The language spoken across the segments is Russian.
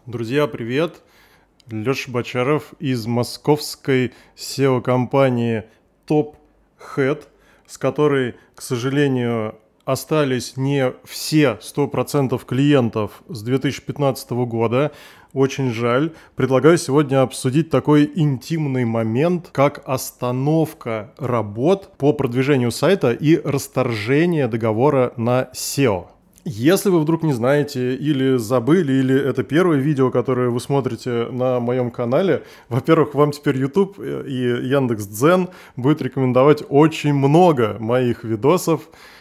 Друзья, привет! Леша Бочаров из московской SEO-компании Top Head, с которой, к сожалению, остались не все 100% клиентов с 2015 года. Очень жаль. Предлагаю сегодня обсудить такой интимный момент, как остановка работ по продвижению сайта и расторжение договора на SEO. Если вы вдруг не знаете или забыли, или это первое видео, которое вы смотрите на моем канале, во-первых, вам теперь YouTube и Яндекс.Дзен будет рекомендовать очень много моих видосов.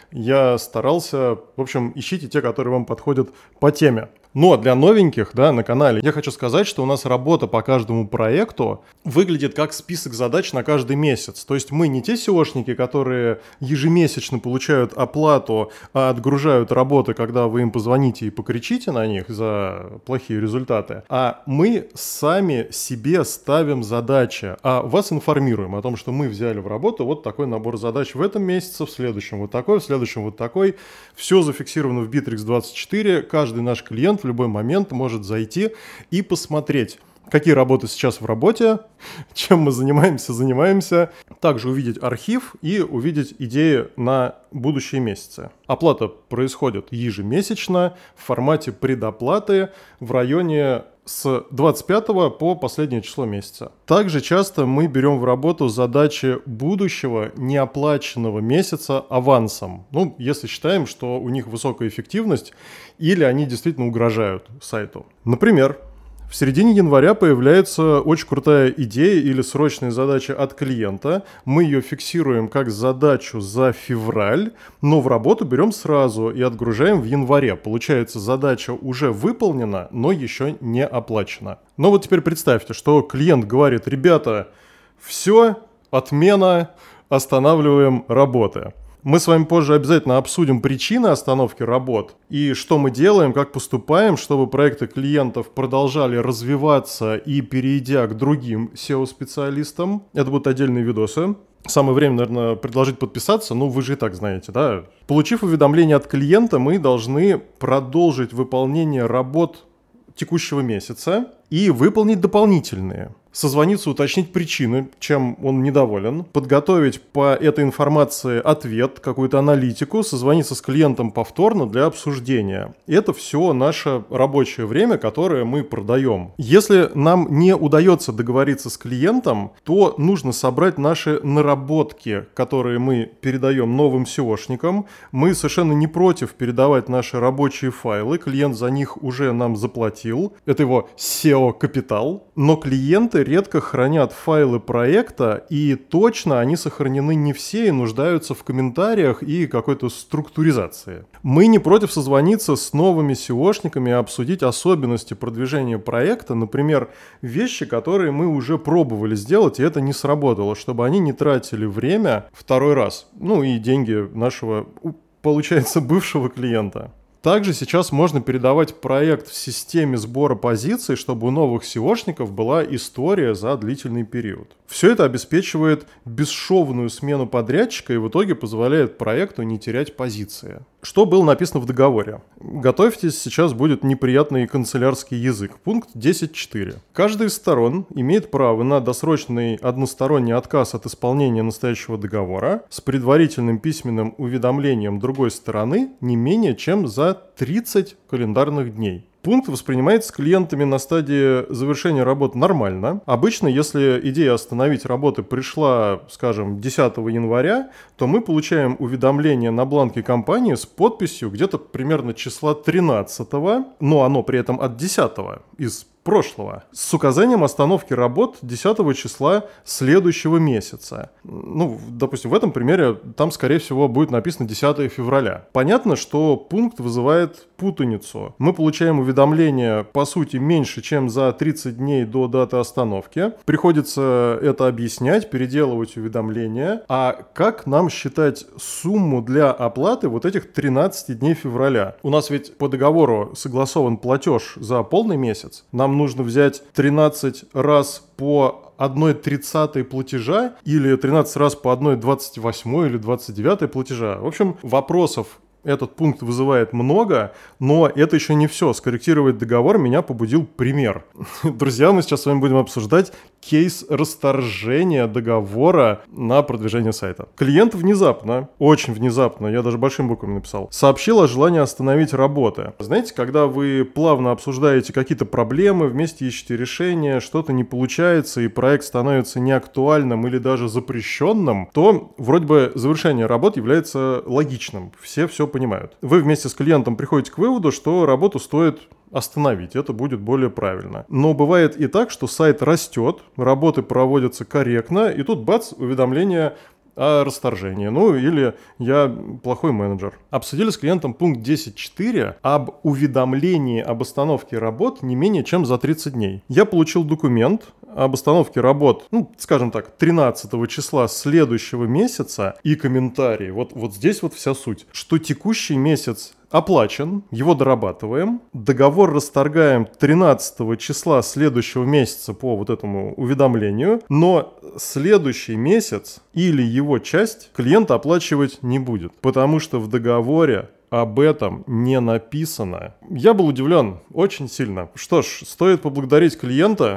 Я старался, в общем, ищите те, которые вам подходят по теме. Но для новеньких, на канале, я хочу сказать, что у нас работа по каждому проекту выглядит как список задач на каждый месяц. То есть мы не те SEOшники, которые ежемесячно получают оплату, а отгружают работы, когда вы им позвоните и покричите на них за плохие результаты. А мы сами себе ставим задачи, а вас информируем о том, что мы взяли в работу вот такой набор задач в этом месяце, в следующем вот такой, в следующем вот такой. Все зафиксировано в Bittrex24. Каждый наш клиент в любой момент может зайти и посмотреть, какие работы сейчас в работе, чем мы занимаемся. Также увидеть архив и увидеть идеи на будущие месяцы. Оплата происходит ежемесячно в формате предоплаты в районе с 25 по последнее число месяца. Также часто мы берем в работу задачи будущего неоплаченного месяца авансом. Если считаем, что у них высокая эффективность или они действительно угрожают сайту. Например, в середине января появляется очень крутая идея или срочная задача от клиента. Мы ее фиксируем как задачу за февраль, но в работу берем сразу и отгружаем в январе. Получается, задача уже выполнена, но еще не оплачена. Но вот теперь представьте, что клиент говорит: ребята, все, отмена, останавливаем работы. Мы с вами позже обязательно обсудим причины остановки работ и что мы делаем, как поступаем, чтобы проекты клиентов продолжали развиваться и перейдя к другим SEO-специалистам. Это будут отдельные видосы. Самое время, наверное, предложить подписаться, вы же и так знаете, да? Получив уведомление от клиента, мы должны продолжить выполнение работ текущего месяца и выполнить дополнительные. Созвониться, уточнить причины, чем он недоволен, подготовить по этой информации ответ, какую-то аналитику, созвониться с клиентом повторно для обсуждения. Это все наше рабочее время, которое мы продаем. Если нам не удается договориться с клиентом, то нужно собрать наши наработки, которые мы передаем новым SEOшникам. Мы совершенно не против передавать наши рабочие файлы, клиент за них уже нам заплатил, это его SEO-капитал, но клиенты редко хранят файлы проекта, и точно они сохранены не все и нуждаются в комментариях и какой-то структуризации. Мы не против созвониться с новыми SEOшниками и обсудить особенности продвижения проекта, например, вещи, которые мы уже пробовали сделать, и это не сработало, чтобы они не тратили время второй раз, и деньги нашего, получается, бывшего клиента. Также сейчас можно передавать проект в системе сбора позиций, чтобы у новых SEOшников была история за длительный период. Все это обеспечивает бесшовную смену подрядчика и в итоге позволяет проекту не терять позиции. Что было написано в договоре? Готовьтесь, сейчас будет неприятный канцелярский язык. Пункт 10.4. Каждая из сторон имеет право на досрочный односторонний отказ от исполнения настоящего договора с предварительным письменным уведомлением другой стороны не менее чем за 30 календарных дней. Пункт воспринимается клиентами на стадии завершения работ нормально. Обычно, если идея остановить работы пришла, скажем, 10 января, то мы получаем уведомление на бланке компании с подписью где-то примерно числа 13, но оно при этом от 10 из прошлого, с указанием остановки работ 10 числа следующего месяца. Допустим, в этом примере там, скорее всего, будет написано 10 февраля. Понятно, что пункт вызывает путаницу. Мы получаем уведомление, по сути, меньше, чем за 30 дней до даты остановки. Приходится это объяснять, переделывать уведомления. А как нам считать сумму для оплаты вот этих 13 дней февраля? У нас ведь по договору согласован платеж за полный месяц. Нам нужно взять 13 раз по 1/30 платежа или 13 раз по 1/28 или 29 платежа. В общем, вопросов этот пункт вызывает много, но это еще не все. Скорректировать договор меня побудил пример. Друзья, мы сейчас с вами будем обсуждать кейс расторжения договора на продвижение сайта. Клиент внезапно, очень внезапно, я даже большими буквами написал, сообщил о желании остановить работы. Знаете, когда вы плавно обсуждаете какие-то проблемы, вместе ищете решения, что-то не получается и проект становится неактуальным или даже запрещенным, то вроде бы завершение работ является логичным. Все понимают. Вы вместе с клиентом приходите к выводу, что работу стоит остановить, это будет более правильно. Но бывает и так, что сайт растет, работы проводятся корректно, и тут бац, уведомление о расторжении. Ну или я плохой менеджер. Обсудили с клиентом пункт 10.4 об уведомлении об остановке работ не менее чем за 30 дней. Я получил документ об остановке работ, скажем так, 13 числа следующего месяца и комментарий. Вот здесь вот вся суть. Что текущий месяц оплачен, его дорабатываем, договор расторгаем 13 числа следующего месяца по вот этому уведомлению, но следующий месяц или его часть клиент оплачивать не будет, потому что в договоре об этом не написано. Я был удивлен очень сильно. Что ж, стоит поблагодарить клиента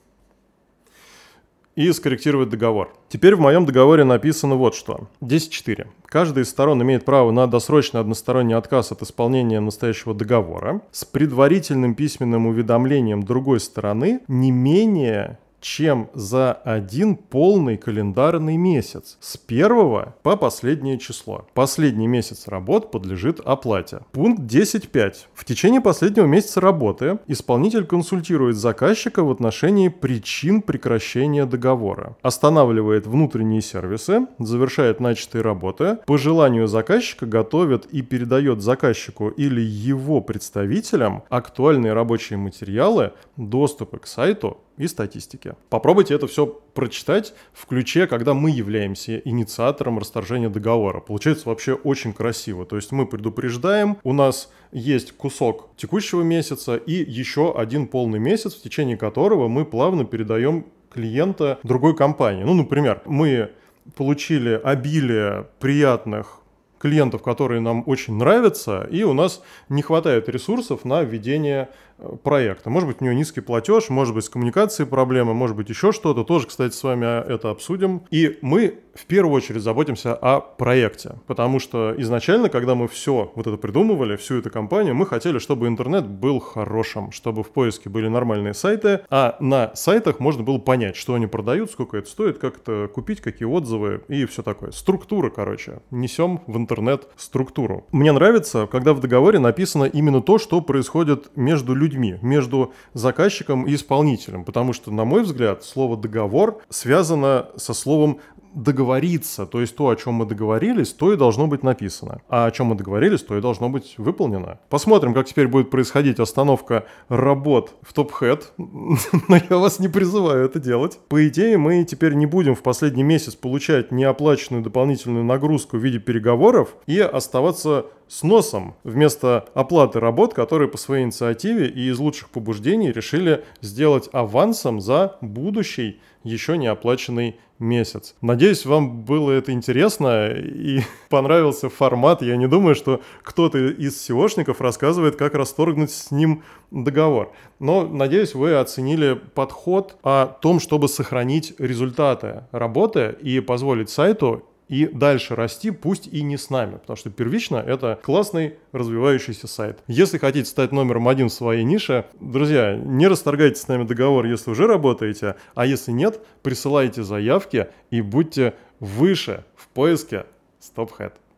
и скорректировать договор. Теперь в моем договоре написано вот что. 10.4. Каждая из сторон имеет право на досрочный односторонний отказ от исполнения настоящего договора с предварительным письменным уведомлением другой стороны не менее чем за один полный календарный месяц с 1 по последнее число. Последний месяц работ подлежит оплате. Пункт 10.5. В течение последнего месяца работы исполнитель консультирует заказчика в отношении причин прекращения договора, останавливает внутренние сервисы, завершает начатые работы, по желанию заказчика готовит и передает заказчику или его представителям актуальные рабочие материалы, доступы к сайту и статистики. Попробуйте это все прочитать в ключе, когда мы являемся инициатором расторжения договора. Получается вообще очень красиво. То есть мы предупреждаем, у нас есть кусок текущего месяца и еще один полный месяц, в течение которого мы плавно передаем клиента другой компании. Например, мы получили обилие приятных клиентов, которые нам очень нравятся, и у нас не хватает ресурсов на ведение проекта. Может быть, у него низкий платеж, может быть, с коммуникацией проблемы, может быть, еще что-то. Тоже, кстати, с вами это обсудим. И мы в первую очередь заботимся о проекте, потому что изначально, когда мы все вот это придумывали, всю эту компанию, мы хотели, чтобы интернет был хорошим, чтобы в поиске были нормальные сайты, а на сайтах можно было понять, что они продают, сколько это стоит, как это купить, какие отзывы и все такое. Структура, короче. Несем в интернет структуру. Мне нравится, когда в договоре написано именно то, что происходит между людьми, между заказчиком и исполнителем, потому что, на мой взгляд, слово «договор» связано со словом договориться, то есть то, о чем мы договорились, то и должно быть написано. А о чем мы договорились, то и должно быть выполнено. Посмотрим, как теперь будет происходить остановка работ в TopHead, но я вас не призываю это делать. По идее, мы теперь не будем в последний месяц получать неоплаченную дополнительную нагрузку в виде переговоров и оставаться с носом вместо оплаты работ, которые по своей инициативе и из лучших побуждений решили сделать авансом за будущий еще не оплаченный месяц. Надеюсь, вам было это интересно и понравился формат. Я не думаю, что кто-то из SEOшников рассказывает, как расторгнуть с ним договор. Но, надеюсь, вы оценили подход о том, чтобы сохранить результаты работы и позволить сайту и дальше расти, пусть и не с нами, потому что первично это классный развивающийся сайт. Если хотите стать номером один в своей нише, друзья, не расторгайте с нами договор, если уже работаете, а если нет, присылайте заявки и будьте выше в поиске с TopHead.